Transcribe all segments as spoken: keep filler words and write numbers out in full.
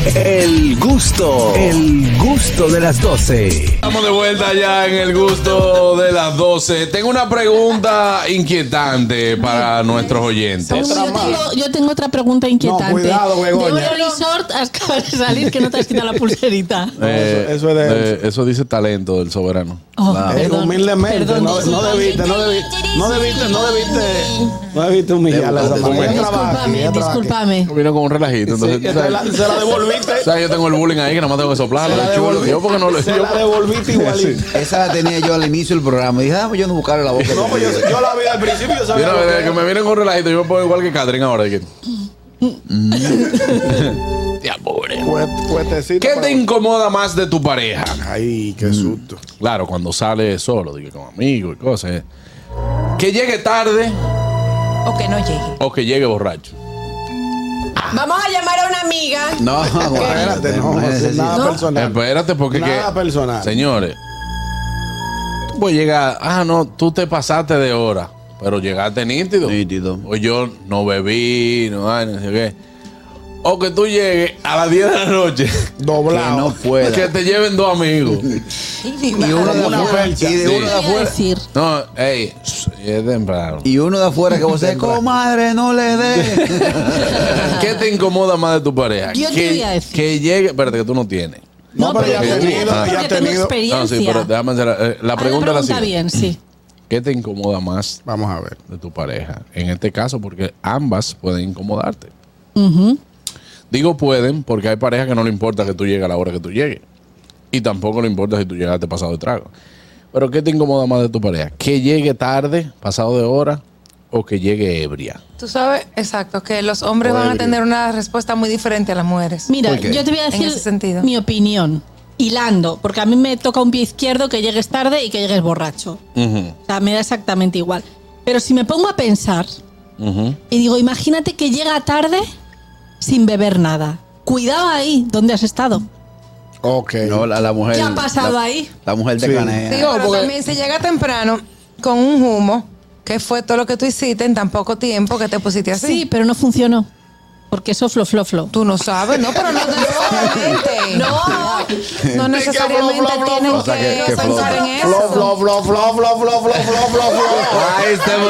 El gusto, el gusto de las doce. Estamos de vuelta ya en el gusto de las doce. Tengo una pregunta inquietante para nuestros oyentes. Yo tengo, yo tengo otra pregunta inquietante. No, cuidado, Begoña. De un resort acabas de salir que no te has quitado la pulserita. Eh, eso, eso es de eh, eso dice talento del soberano. Oh, Eh, perdón, humildemente, perdón, no, no debiste, no debiste, no debiste, no debiste, no debiste humillarla de esa manera. Ella trabaja aquí, Discúlpame, ella trabaja aquí. discúlpame. Vino con un relajito. Entonces, Sí, tú se sabes- la, se la devolviste. o sea, yo tengo el bullying ahí que nada más tengo que soplar. Se la Chulo. devolviste. Yo porque no le. Se yo- la devolviste igualito. Esa la tenía yo al inicio del programa. Y dije, ah, pues yo no buscarle la boca. No, pues yo, yo la vi al principio, yo sabía Mira, lo desde que que me vienen con relajito, yo me pongo igual que Catherine ahora. De que... Te apure. Puet- puetecito ¿Qué para- te incomoda más de tu pareja? Ay, qué susto. Claro, cuando sale solo, digo, con amigos y cosas. Que llegue tarde O que no llegue. o que llegue borracho. Vamos a llamar a una amiga. No, Espérate, no, no no es necesito. nada ¿No? personal. Espérate, porque Nada que, personal. señores, tú puedes llegar, ah, no, tú te pasaste de hora, pero llegaste nítido. Nítido. O yo no bebí, no, ay, no sé qué. O que tú llegues a las diez de la noche, Que Doblado. no pueda. que te lleven dos amigos. Y uno de Una afuera. percha. Y de Sí. uno de Voy a afuera. decir. No, ey, es temprano. Y uno de afuera que vos decís, comadre, no le dé. ¿Qué te incomoda más de tu pareja? Yo te que, voy a decir. que llegue, espérate, que tú no tienes. No, pero ya yo ha te voy a tenido, decir ya ha porque tengo tenido. experiencia. No, sí, pero déjame hacer la, eh, la Haz pregunta es la siguiente. bien, sí. ¿Qué te incomoda más Vamos a ver. de tu pareja? En este caso, porque ambas pueden incomodarte. Ujú. Digo pueden porque hay parejas que no le importa que tú llegues a la hora que tú llegues. Y tampoco le importa si tú llegaste pasado de trago. Pero ¿qué te incomoda más de tu pareja? ¿Que llegue tarde, pasado de hora, o que llegue ebria? Tú sabes, exacto, que los hombres van a tener una respuesta muy diferente a las mujeres. Mira, ¿Por qué? yo te voy a En decir ese sentido. mi opinión. Hilando, porque a mí me toca un pie izquierdo que llegues tarde y que llegues borracho. Ujú, O sea, me da exactamente igual. Pero si me pongo a pensar ujú. y digo, imagínate que llega tarde sin beber nada. Cuidado ahí, ¿dónde has estado? Ok. No, la, la mujer. ¿Qué ha pasado la, ahí? La mujer te Sí. canea. Sí, pero también si llega temprano con un humo, que fue todo lo que tú hiciste en tan poco tiempo que te pusiste así. Sí, pero no funcionó. Porque eso flo, flo, flo. Tú no sabes, no, pero no necesariamente. No, no necesariamente Flow, flow, flow, tienen flow. O sea, que- que que flow. pensar en Flow, eso. flow, flow, flow, flow, flow, flow, flow, flow, flow. Ahí se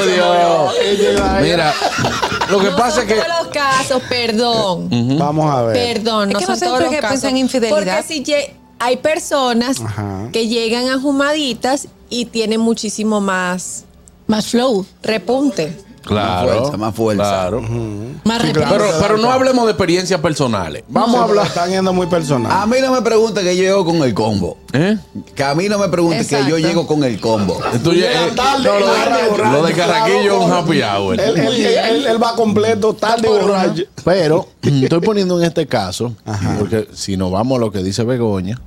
murió. Mira, lo que No pasa son es que. todos los casos, perdón. Vamos a ver. Perdón, Es no que son no todos siempre los que casos. piensan en infidelidad. Porque si lle- hay personas Ajá. que llegan ajumaditas y tienen muchísimo más Más flow, repunte. Claro. Más fuerza, más fuerza. Claro. más Sí, represión. claro. Pero, pero no hablemos de experiencias personales. Vamos a Sí, pero hablar. Están yendo muy personal. A mí no me pregunte que yo llego con el combo. ¿Eh? Que a mí no me pregunte que yo Exacto. llego con el combo. Tú lle- Llega eh, tarde, no, lo, tarde, de, borracho, lo de Carraquillo es un happy hour. Él, él, él- él va completo, tarde y borracho. Pero estoy poniendo en este caso, porque si nos vamos a lo que dice Begoña,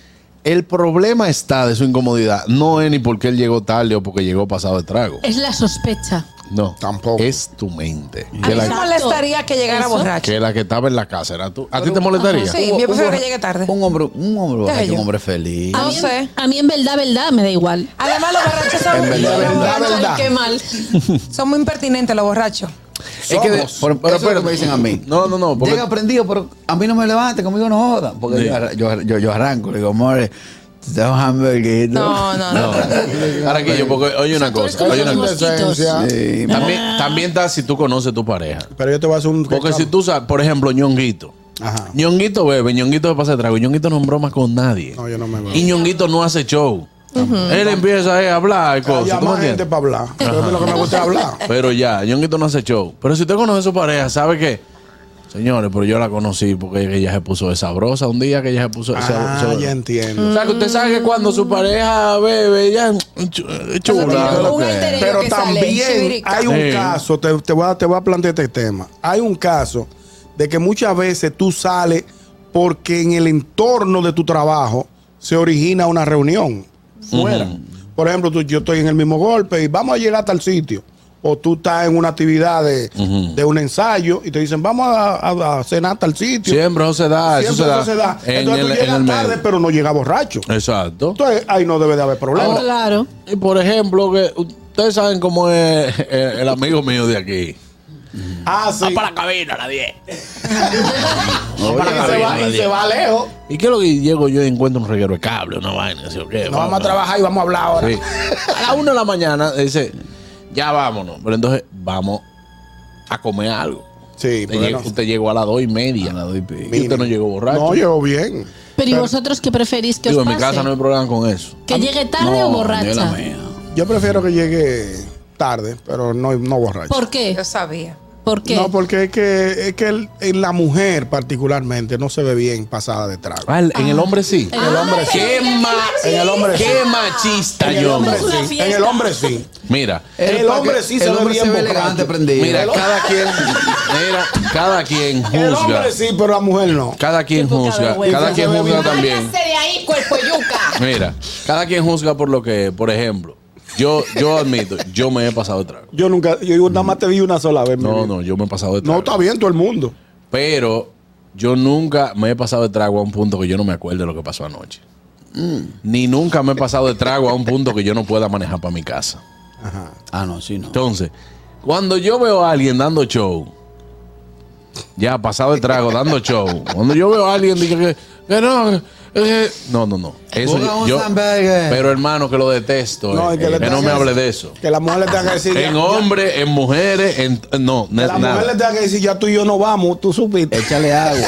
el problema está de su incomodidad. No es ni porque él llegó tarde o porque llegó pasado de trago. Es la sospecha. No, Tampoco. es tu mente. A Que mí me la, molestaría que llegara Eso. borracho. que la que estaba en la casa era tú. ¿A ti te molestaría? Sí, yo prefiero que llegue tarde. Un hombre, un hombre borracho, yo? un hombre feliz. A No mí, sé. a mí en verdad, verdad, me da igual. Además, los borrachos son, En verdad, los verdad, borrachos- verdad. Qué mal. son muy impertinentes los borrachos. Es que de- Somos. Por- pero eso es lo que espérate. me dicen a mí. No, no, no. Porque, Llega aprendido, pero a mí no me levante, conmigo no joda. Porque Sí. yo, yo, yo, yo arranco, le digo, more, te da un hamburguito. No, no, no. Carraquillo, porque oye una tú eres cosa. como Oye una los cosa. mosquitos. Decencia. Sí, También, también está si tú conoces tu pareja. Pero yo te voy a hacer un. Porque si tú sabes, por ejemplo, Ñonguito. Ajá. Ñonguito bebe, Ñonguito se pasa de trago. Ñonguito no broma con nadie. No, yo no me veo. Y Ñonguito no hace show. Él empieza eh, a hablar y cosas. ¿tú me Llama gente entiendes? para hablar. Pero a mí lo que me gusta es hablar. Pero ya, Ñonguito no hace show. Pero si usted conoce a su pareja, sabe que, señores, pero yo la conocí porque ella se puso de sabrosa un día que ella se puso de Ah, sabrosa. ya entiendo. O sea, que usted sabe que cuando su pareja bebe, ella es ch- es chula. Pero- Un alterillo Pero que sale. también Chivirica. hay un Sí. caso, te, te voy a, te voy a plantear este tema. Hay un caso de que muchas veces tú sales porque en el entorno de tu trabajo se origina una reunión fuera. Por ejemplo, tú- yo estoy en el mismo golpe y vamos a llegar a tal sitio. O tú estás en una actividad de, de un ensayo y te dicen, vamos a, a- a cenar a tal sitio. Siempre eso se da, eso se Siempre da. eso se da. En Entonces el, tú en llegas el tarde, medio. pero no llega borracho. Exacto. Entonces ahí no debe de haber problema. Claro. Y por ejemplo, que ustedes saben cómo es el, el amigo mío de aquí. Ah, sí. Va para la cabina a las diez. Y se va, y se va lejos. ¿Y qué es lo que llego yo y encuentro un reguero de cable, una vaina? ¿Sí o qué? No vamos a trabajar y vamos a hablar ahora. Sí. A las una de la mañana dice, ya vámonos. Pero entonces vamos a comer algo. Sí, Usted, pero llegó, no. usted llegó a las dos y media. A las dos y pico. Y usted no llegó borracho. No, llegó bien. Pero ¿y vosotros qué preferís que Digo, os en mi pase? casa no hay problema con eso. ¿Que llegue tarde No, o yo la borracha? mía. Yo prefiero que llegue tarde, pero no, no borracho. ¿Por qué? Yo sabía. ¿Por qué? No, porque es que, es que el- en la mujer particularmente no se ve bien pasada de trago. Ah, el- en el hombre sí. En el hombre sí. Qué, ma- En el hombre sí. qué machista, En el yo. hombre Es una sí. fiesta. En el hombre sí. Mira, El pa' hombre que- sí se el ve hombre bien se ve borracho. elegante, prendido. mira, cada quien, mira, cada quien El juzga. hombre sí, pero la mujer no. Cada quien Qué poca juzga, vergüenza. cada quien Se ve juzga bien. también. de ahí, cuerpo yuca. Mira, cada quien juzga por lo que, por ejemplo, yo, yo admito, yo me he pasado de trago. Yo nunca, yo nada más te vi una sola vez. mi No, vida. no, yo me he pasado de No, trago. está bien todo el mundo. Pero yo nunca me he pasado de trago a un punto que yo no me acuerde de lo que pasó anoche. Ni nunca me he pasado de trago a un punto que yo no pueda manejar para mi casa. Ah, no, sí, no. Entonces, cuando yo veo a alguien dando show, ya pasado de trago, dando show, cuando yo veo a alguien dice que, que no, eh, no, no, no. Eso Ponga yo, un yo- hamburger. pero hermano, que lo detesto. No, eh, y que le que no tenga me que hable decir- de eso. Que la mujer le tenga que decir. ya- En ya- hombres, en mujeres, en no, que na- la mujer nada. le tenga que decir, ya tú y yo no vamos, tú supiste. Échale agua.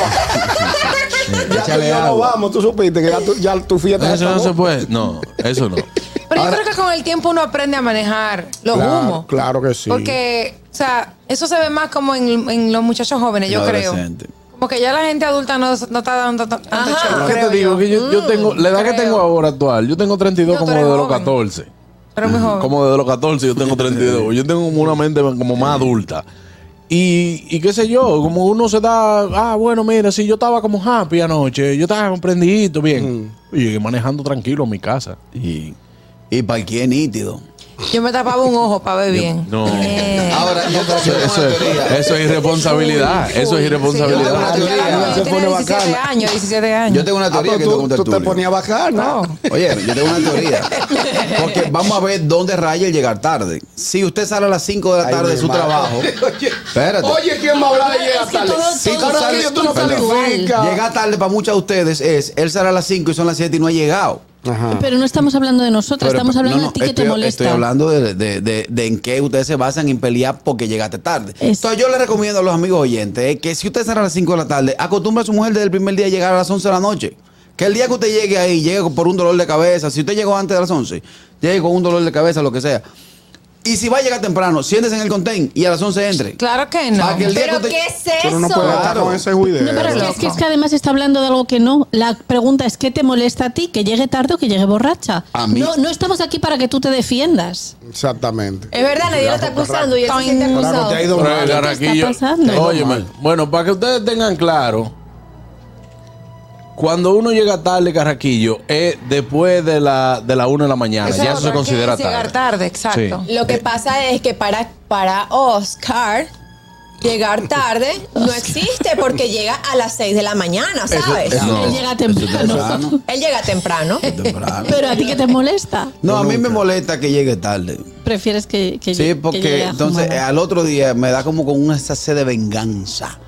Ya tú y Échale yo no agua. vamos, tú supiste que ya tu, ya tu fiesta Eso ya no se acabó. puede. No, eso no. Pero yo creo que con el tiempo uno aprende a manejar los Claro, humos. claro que sí. Porque, o sea, eso se ve más como en, en los muchachos jóvenes, yo No, creo. adolescente. Como que ya la gente adulta no, no está dando tanto tanto Ajá. show, ¿Qué creo te digo? yo. Que yo, yo tengo, la edad que creo. tengo ahora actual, yo tengo treinta y dos No, como tú eres desde los joven. catorce. Pero muy joven. Como desde los catorce yo tengo treinta y dos. Yo tengo como una mente como más adulta. Y, y qué sé yo, como uno se da, ah, bueno, mira, si yo estaba como happy anoche, yo estaba comprendidito, bien. Y llegué manejando tranquilo a mi casa. Y, y parqué nítido. Yo me tapaba un ojo para ver bien. No. Eh. Ahora, yo Eso, tengo eso una es, teoría. eso es irresponsabilidad. Eso es Sí, irresponsabilidad. yo- Una yo- teoría. yo Se tenía pone diecisiete bacana. años, diecisiete años. Yo tengo una Ah, teoría pero que tú, tengo un tú te tertulio. ponías bacana. No. Oye, yo tengo una teoría. Porque vamos a ver dónde raya el llegar tarde. Si usted sale a las cinco de la Ay, tarde de mi su madre. trabajo, espérate. Oye, ¿quién va a hablar de llegar Es que tarde? todo- Si todo Carraquillo, es tú no puntual. calificas. Llegar tarde para muchas de ustedes es, él sale a las cinco y son las siete y no ha llegado. Ajá. Pero no estamos hablando de nosotros, Pero, estamos hablando no, no, de ti que estoy, te molesta. Estoy hablando de, de- de- de en qué ustedes se basan en pelear porque llegaste tarde. Es- Entonces yo le recomiendo a los amigos oyentes eh, que si usted sale a las cinco de la tarde, acostumbre a su mujer desde el primer día a llegar a las once de la noche. Que el día que usted llegue ahí, llegue por un dolor de cabeza. Si usted llegó antes de las once, llegue con un dolor de cabeza, lo que sea. Y si va a llegar temprano, siéntese en el contén y a las once entre. Claro que no. Para que el día ¿Pero que usted- qué es eso? Pero no puede estar Claro. con ese juidero. No, pero es que, Loco. es que es que además está hablando de algo que no. La pregunta es, ¿qué te molesta a ti? ¿Que llegue tarde o que llegue borracha? A mí. No, no estamos aquí para que tú te defiendas. Exactamente. Es verdad, nadie lo está acusando y él se siente Toing. Ahora acusado. te ha ido Pero, mal. ¿Qué Carraquillo, está pasando? óyeme, bueno, para que ustedes tengan claro, cuando uno llega tarde, Carraquillo, es después de la, de la una de la mañana. Eso ya es eso se lo que considera es llegar tarde. tarde, exacto. Sí. Lo que pasa es que para, para Oscar, llegar tarde no existe porque llega a las seis de la mañana, ¿sabes? eso no. Él llega Eso es temprano. temprano. Él llega temprano. Temprano. Pero a ti que te molesta. No, a mí me molesta que llegue tarde. Prefieres que, que Sí, llegue- que porque llegue entonces ajumada. eh, al otro día me da como con una esa sed de venganza.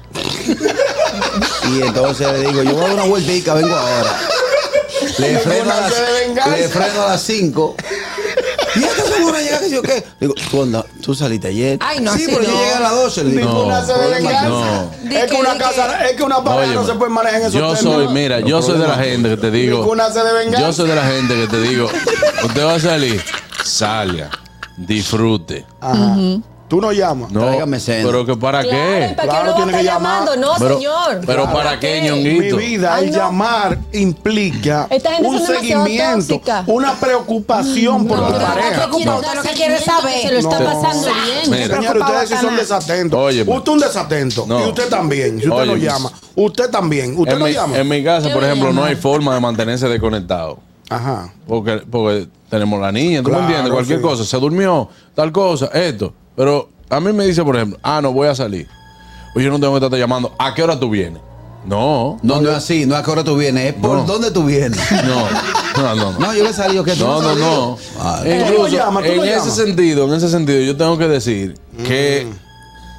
Y entonces le digo, yo voy a dar una vueltica, vengo ahora. Le freno, a Una las, sed de venganza. le freno a las cinco. Y esta segura llega que yo qué. Digo, ¿tú, andas- tú saliste ayer? Ay, no, sí, así pero yo no. llegué a las doce. Le digo, Ninguna se ve problema venganza. no. Es que una casa, es que una pareja no Óyeme, se puede manejar en esos yo términos. soy, mira, yo soy de la gente que te digo. Ninguna se de venganza. Yo soy de la gente que te digo, usted va a salir, salga, disfrute. Ajá. Tú no llamas. No, Tráigame cena. pero que para Claro, qué. ¿para Claro, qué no va a tiene estar que llamar. llamando? No, Pero, señor. pero Claro. para qué, Mi ñonguito. vida, Ay, el no. llamar implica Esta gente un son demasiado seguimiento, tóxicas. una preocupación por No, tu pero pareja. ¿para qué quieres Usted dar lo que quiere seguimiento? saber. Que se lo está No. pasando bien. Mira. Señores, ustedes sí son Bacana. desatentos. Óyeme. Usted un desatento. No. Y usted también. Si usted no Óyeme. llama. Usted también. Usted En no mi, llama. en mi casa, Yo por voy a ejemplo, no llamar. hay forma de mantenerse desconectado. Ajá. Porque, porque tenemos la niña, ¿tú Claro, me entiendes? Cualquier sí. cosa, se durmió, tal cosa, esto. Pero a mí me dice, por ejemplo, ah, no voy a salir. Oye, yo no tengo que estarte llamando. ¿A qué hora tú vienes? No. No, no es así, no es a qué hora tú vienes, es por No. dónde tú vienes. No, no, no. no. No, yo le salí, yo que tú No, no, salido. no. Ah, E Tú incluso, lo llamas, tú en lo ese llamas. sentido, en ese sentido, yo tengo que decir que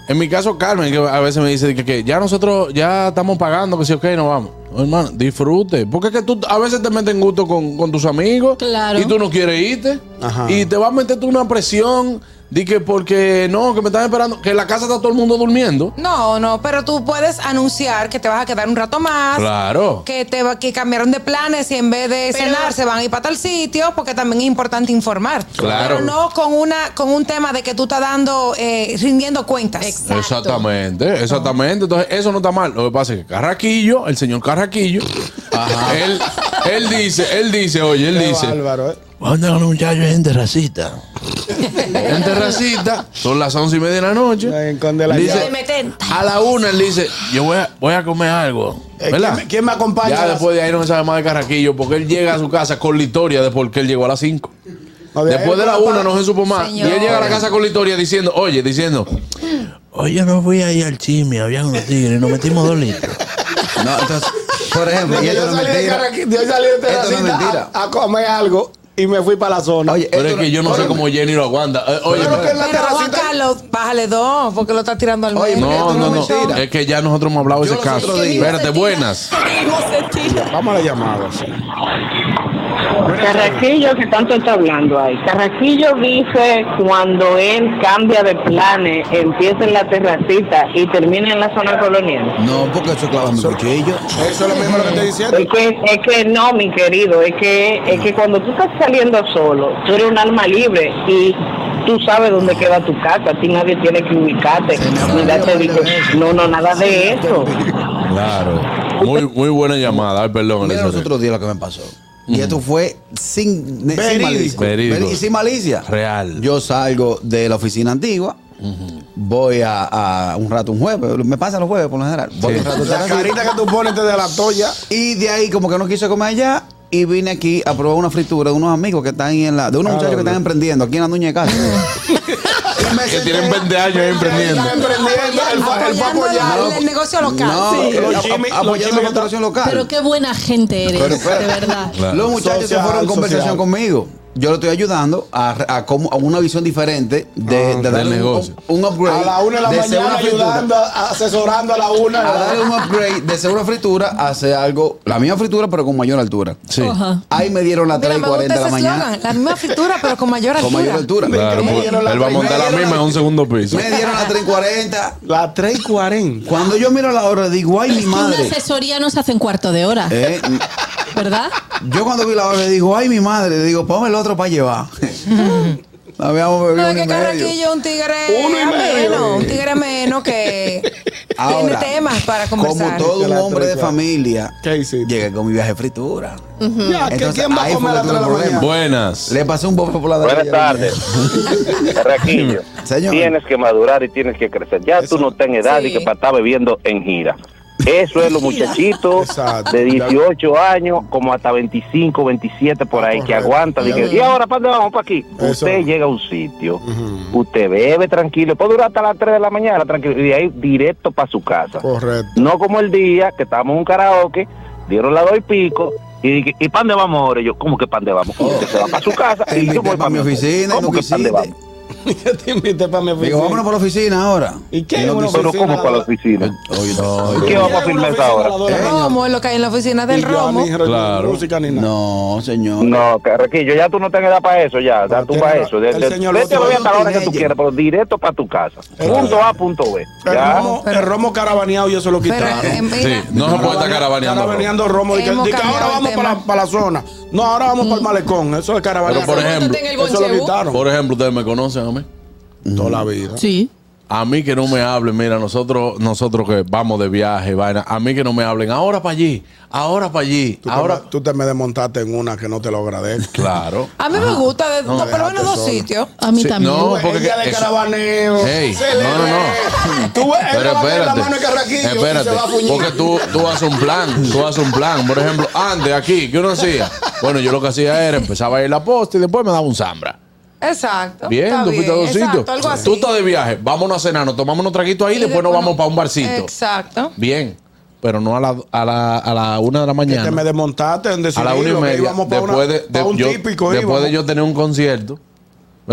En mi caso, Carmen, que a veces me dice que, que ya nosotros ya estamos pagando, que si ok, nos vamos. No, hermano, disfrute. Porque es que tú a veces te metes en gusto con, con tus amigos. Claro. Y tú no quieres irte. Ajá. Y te vas a meter tú una presión de que porque no, que me están esperando, que en la casa está todo el mundo durmiendo. No, no, pero tú puedes anunciar que te vas a quedar un rato más. Claro. Que te va- que cambiaron de planes y en vez de Pero- cenar se van a ir para tal sitio, porque también es importante informar. Claro. Pero no con una con un tema de que tú estás dando, eh, rindiendo cuentas. Exacto. Exactamente, exactamente. Entonces, eso no está mal. Lo que pasa es que Carraquillo, el señor Carraquillo, él, él dice, él dice, oye, él Qué dice, bárbaro, ¿eh? Anda con los muchachos en terracita. en terracita, son las once y media de la noche. En Conde la Dice, Le meten. a la una él dice, yo voy a, voy a comer algo. Eh, ¿Verdad? ¿quién, me- quién me acompaña? Ya después de ahí no se sabe más de Carraquillo, porque él llega a su casa con la historia de por qué él llegó a las cinco. No, de ahí Después de la para- una no se supo más. Señor. Y él llega a la casa con la historia diciendo, oye, diciendo, Hoy yo no fui ahí al chisme, había unos tigres, nos metimos dos litros. No, entonces, por ejemplo, y Yo esto no es salí de mentira. Carraquillo, yo salí de Esto no es terracita mentira. a, a comer algo y me fui para la zona. Oye, pero es esto que yo no sé oye, cómo Jenny lo aguanta. Eh, Oye, Pero que en la Pero Juan terracita- Carlos, bájale dos, porque lo está tirando al Oye, medio. no, esto no, no no. es mentira. Es que ya nosotros hemos hablado de Yo ese los caso. otros días- Espérate, buenas. Vamos a la llamada. sí. Carraquillo, que tanto está hablando ahí. Carraquillo dice cuando él cambia de planes, empieza en la terracita y termina en la zona colonial. No, porque eso clava mi cuchillo. Eso es lo mismo lo que estoy diciendo. Es que, es que no, mi querido, es que, es que cuando tú estás saliendo solo, tú eres un alma libre y tú sabes dónde queda tu casa, a ti nadie tiene que ubicarte. Se me ha Ni darte perdido digo, varias veces. no, no, nada de eso. Claro. Muy, muy buena llamada. Ay, perdón. Mira los Elizabeth. otros días lo que me pasó. Y esto fue sin, ne- sin Verídico. malicia. Verídico. Y sin malicia. Real. Yo salgo de la oficina antigua, voy a, a un rato un jueves, me pasa los jueves por lo general. Voy Sí. un rato a La terracita. carita que tú pones te delató ya. Y de ahí como que no quise comer allá y vine aquí a probar una fritura de unos amigos que están ahí en la, de unos Ah, muchachos que no. están emprendiendo aquí en la Nuña de Casa. Y me Que senté- tienen veinte años ahí emprendiendo. Están emprendiendo. Él fue, él fue Apoyando apoyado. el, el negocio local. No, Sí. Los a- a- chimis- los apoyando chimis la que facturación local. Pero qué buena gente eres, Pero espera. de verdad. Claro. Los muchachos Social, se fueron en conversación social. conmigo. Yo le estoy ayudando a, a, cómo- a una visión diferente de, de darle del un, negocio. un upgrade. A la una de la ser mañana una fritura. ayudando, asesorando a la una. A darle un upgrade de ser una fritura a hacer algo, la misma fritura, pero con mayor altura. Sí. Ajá. Ahí me dieron las Mira, tres y me gusta cuarenta de la ese mañana. eslogan. La misma fritura, pero con mayor Con altura. mayor altura. Claro, Me pues, dieron la él va a tres- montar la me dieron misma en la- un segundo piso. Me dieron las tres y cuarenta. Las tres y cuarenta. Cuando yo miro la hora, digo, ay, mi Es que una madre. asesoría no se hace en cuarto de hora, Eh, ¿verdad? yo cuando vi la hora, le digo, ay, mi madre. Le digo, ponme el otro para llevar. Habíamos bebido No, es uno que y medio. Carraquillo es un tigre Uno y medio. ameno, un tigre ameno que Ahora, tiene temas para como conversar. todo un Las hombre de tres, familia, ¿Qué hiciste? llegué con mi viaje de fritura. Ya, ¿que Entonces, ¿quién va a ahí comer fue a las que tres de la tuve el mañana? Buenas. Le pasé un bofe por la Buenas derecha. tardes. Carraquillo, Señor. tienes que madurar y tienes que crecer. Ya Eso- tú no estás en edad Sí. y que para estar bebiendo en gira. Eso es los muchachitos Exacto. de dieciocho años, como hasta veinticinco, veintisiete por ahí, que Correcto. aguantan. Y, que, y ahora, ¿para dónde vamos? ¿Para aquí? Eso. Usted llega a un sitio, usted bebe tranquilo, puede durar hasta las tres de la mañana tranquilo, y de ahí directo para su casa. Correcto. No como el día que estábamos en un karaoke, dieron las dos y pico, y dije, ¿y para dónde vamos ahora? Y yo, ¿cómo que para dónde vamos? Usted se va para su casa Te y yo invité voy para mi oficina y ¿Cómo no que para dónde quisiste. vamos? Yo te invité para mi oficina. Digo, vámonos para la oficina ahora. ¿Y qué? no Una quisiste. Pero oficina ¿cómo para la a la- oficina? Oye, no, ¿Y oye, qué no. vamos a firmar esta hora? El romo es lo que hay en la oficina del Y yo romo. ni re- Claro. música ni nada. No, señor. No, Carraquillo, ya tú no tienes edad para eso, ya. Ya No, tú tiene para ra- eso. De, el de, señor vete a López beber hasta la hora que tú Teenager. quieras, pero directo para tu casa. El- Punto A, punto B. El Ya. romo, pero- el romo carabaneado yo se lo Pero, quitaron. eh, mira, Sí, no se puede estar caravaneando. Caravaneando romo. Y que, Hemos di que ahora cambiado el vamos para la, tema. para la zona. No, ahora vamos para el malecón. Eso es caravaneando. Pero, por ejemplo, en el eso lo Bonchebú. quitaron. Por ejemplo, ustedes me conocen a mí. Toda la vida. Sí. A mí que no me hablen, mira, nosotros nosotros que vamos de viaje, vaina, a mí que no me hablen, ahora para allí, ahora para allí, Tú, ahora... te, tú te me desmontaste en una que no te lo agradezco. Claro. a mí me gusta, de, No, no, por lo menos déjate dos solo. sitios. A mí Sí, también. no, Tú ves, porque el día que de eso- caravaneo. Ey, se le no, no, ve. no. Tú ves, él Pero le va a ver la espérate, mano de Carraquillo y espérate, se va a fuñir. porque tú, tú haces un plan, tú haces un plan. Por ejemplo, antes aquí, ¿qué uno hacía? Bueno, yo lo que hacía era empezaba a ir a la posta y después me daba un zambra. Exacto. Bien, está tú fuiste a dos exacto, sitios. algo así. Tú estás de viaje, vámonos a cenar, nos tomamos unos traguitos ahí y Y después nos después vamos no- para un barcito. Exacto. Bien, pero no a la, a la, a la una de la Que mañana. te me desmontaste en A la una y decidirlo, que media, íbamos para después, una- de, de- para un yo, típico. después de íbamos. yo tener un concierto, ¿verdad?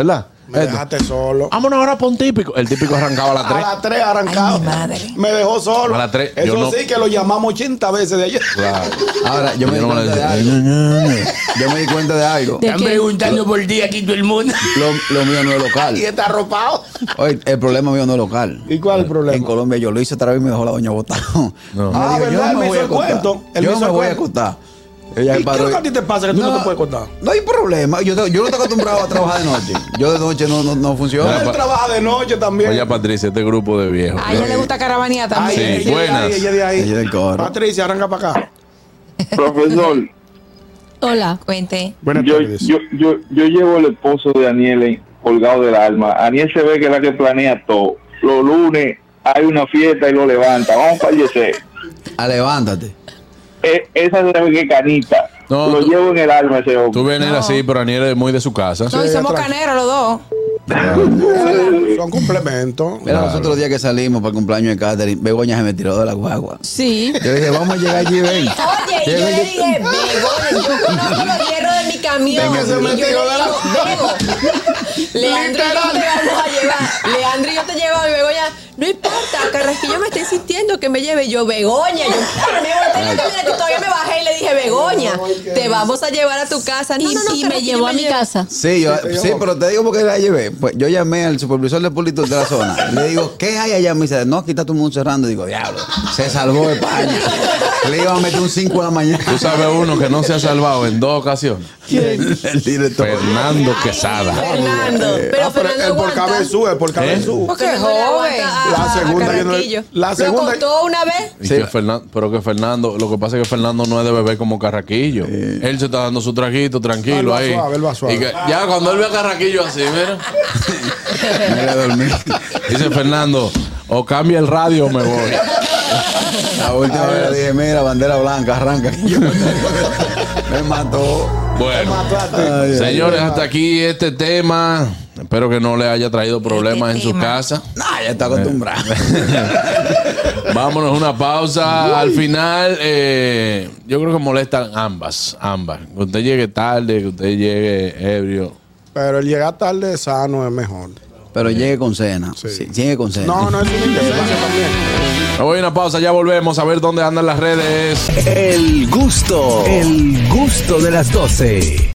Me dejaste solo. Vámonos ahora por un típico. El típico arrancaba a las A tres. las tres arrancado. Ay, mi madre. Me dejó solo. A las tres, Eso yo no- sí que lo llamamos ochenta veces de ayer. Claro. Ahora, yo me Yo di no me cuenta de la algo. Yo me di cuenta de algo. ¿De qué? preguntando por ti aquí todo el mundo. Lo, lo mío no es local. Y está arropado. Oye, el problema mío no es local. ¿Y cuál es el problema? En Colombia yo lo hice otra vez y me dejó la doña botado. No. Ah, Me dijo, ¿verdad? Él me voy hizo a el acostar. cuento. Él me Yo hizo me el voy a cuento. acostar. Ella ¿Y me qué es paró lo que a ti te pasa que tú no te puedes contar? No hay problema. Yo, te- yo no estoy acostumbrado a trabajar de noche. Yo de noche no, no, no funciona. Ya, Él pa- trabaja de noche también. Oye, Patricia, este grupo de viejos. A ella le gusta caravanía Ay, también. Sí, ella de buenas. ahí, ella de ahí. Ella del coro. Patricia, arranca para acá. Profesor, Hola. Cuente. Buenas yo, tardes. yo, yo, yo llevo al esposo de Aniel colgado del alma. Aniel se ve que es la que planea todo. Los lunes hay una fiesta y lo levanta. Vamos para fallecer. Ah, levántate. Eh, esa se ve que canita. No, lo tú- llevo en el alma ese hombre. Tú vienes No. así, pero Aniel es muy de su casa. No, y somos atrás. caneros los dos. Son complementos. Mira, los otros días que salimos para el cumpleaños de Catherine, Begoña se me tiró de la guagua. Sí. Yo dije, vamos a llegar allí, ven. Oye, y yo le dije, Bego, yo conozco los hierros de mi camión. Venga, se me Y yo tiró le de la- digo, Bego, Leandro y yo te vamos a llevar. Leandro y yo te llevamos y Begoña, no importa, Carrasquillo me estoy sintiendo que me lleve. Yo, Begoña, yo me volteé en la camioneta y todavía me bajé y le dije, Begoña, te vamos a llevar a tu casa. No, Y, no, no, y me Carrasquillo, llevó a mi lleva. casa. Sí, yo, Sí, te sí, llevó. pero te digo porque la llevé. Pues yo llamé al supervisor de políticos de la zona. Le digo, ¿qué hay allá? Me dice, no, aquí está todo el mundo cerrando. Digo, diablo, se salvó España. Le iban a meter un cinco de la mañana. Tú sabes uno que no se ha salvado en dos ocasiones. El director. Fernando Quesada. Fernando, pero Ah, pero Fernando el por aguanta. cabezú, el por cabezú. Porque Fernando es le joven. aguanta a- La a segunda que no- Carrasquillo. la ¿Lo segunda- contó una vez? Y Sí. que Fernan- pero que Fernando, lo que pasa es que Fernando no es de beber como Carraquillo. Él se está dando su traguito tranquilo Él va ahí. suave, él va suave. Y que ya cuando él ve a Carraquillo así, mira. Me la dormí. Dice Fernando, o cambia el radio o me voy. La última vez le dije, mira, bandera blanca, arranca. que yo- me mató. Bueno, Ay, señores, hasta aquí este tema. Espero que no le haya traído problemas en su tema. casa. Nah, ya está acostumbrado. Vámonos una pausa. Al final, eh, yo creo que molestan ambas, ambas. Que usted llegue tarde, que usted llegue ebrio. Pero el llegar tarde sano es mejor. Pero llegue con cena. Sí. Sí, llegue con cena. No, no es una indecencia también. Me voy a una pausa, ya volvemos a ver dónde andan las redes. El gusto, el gusto de las doce.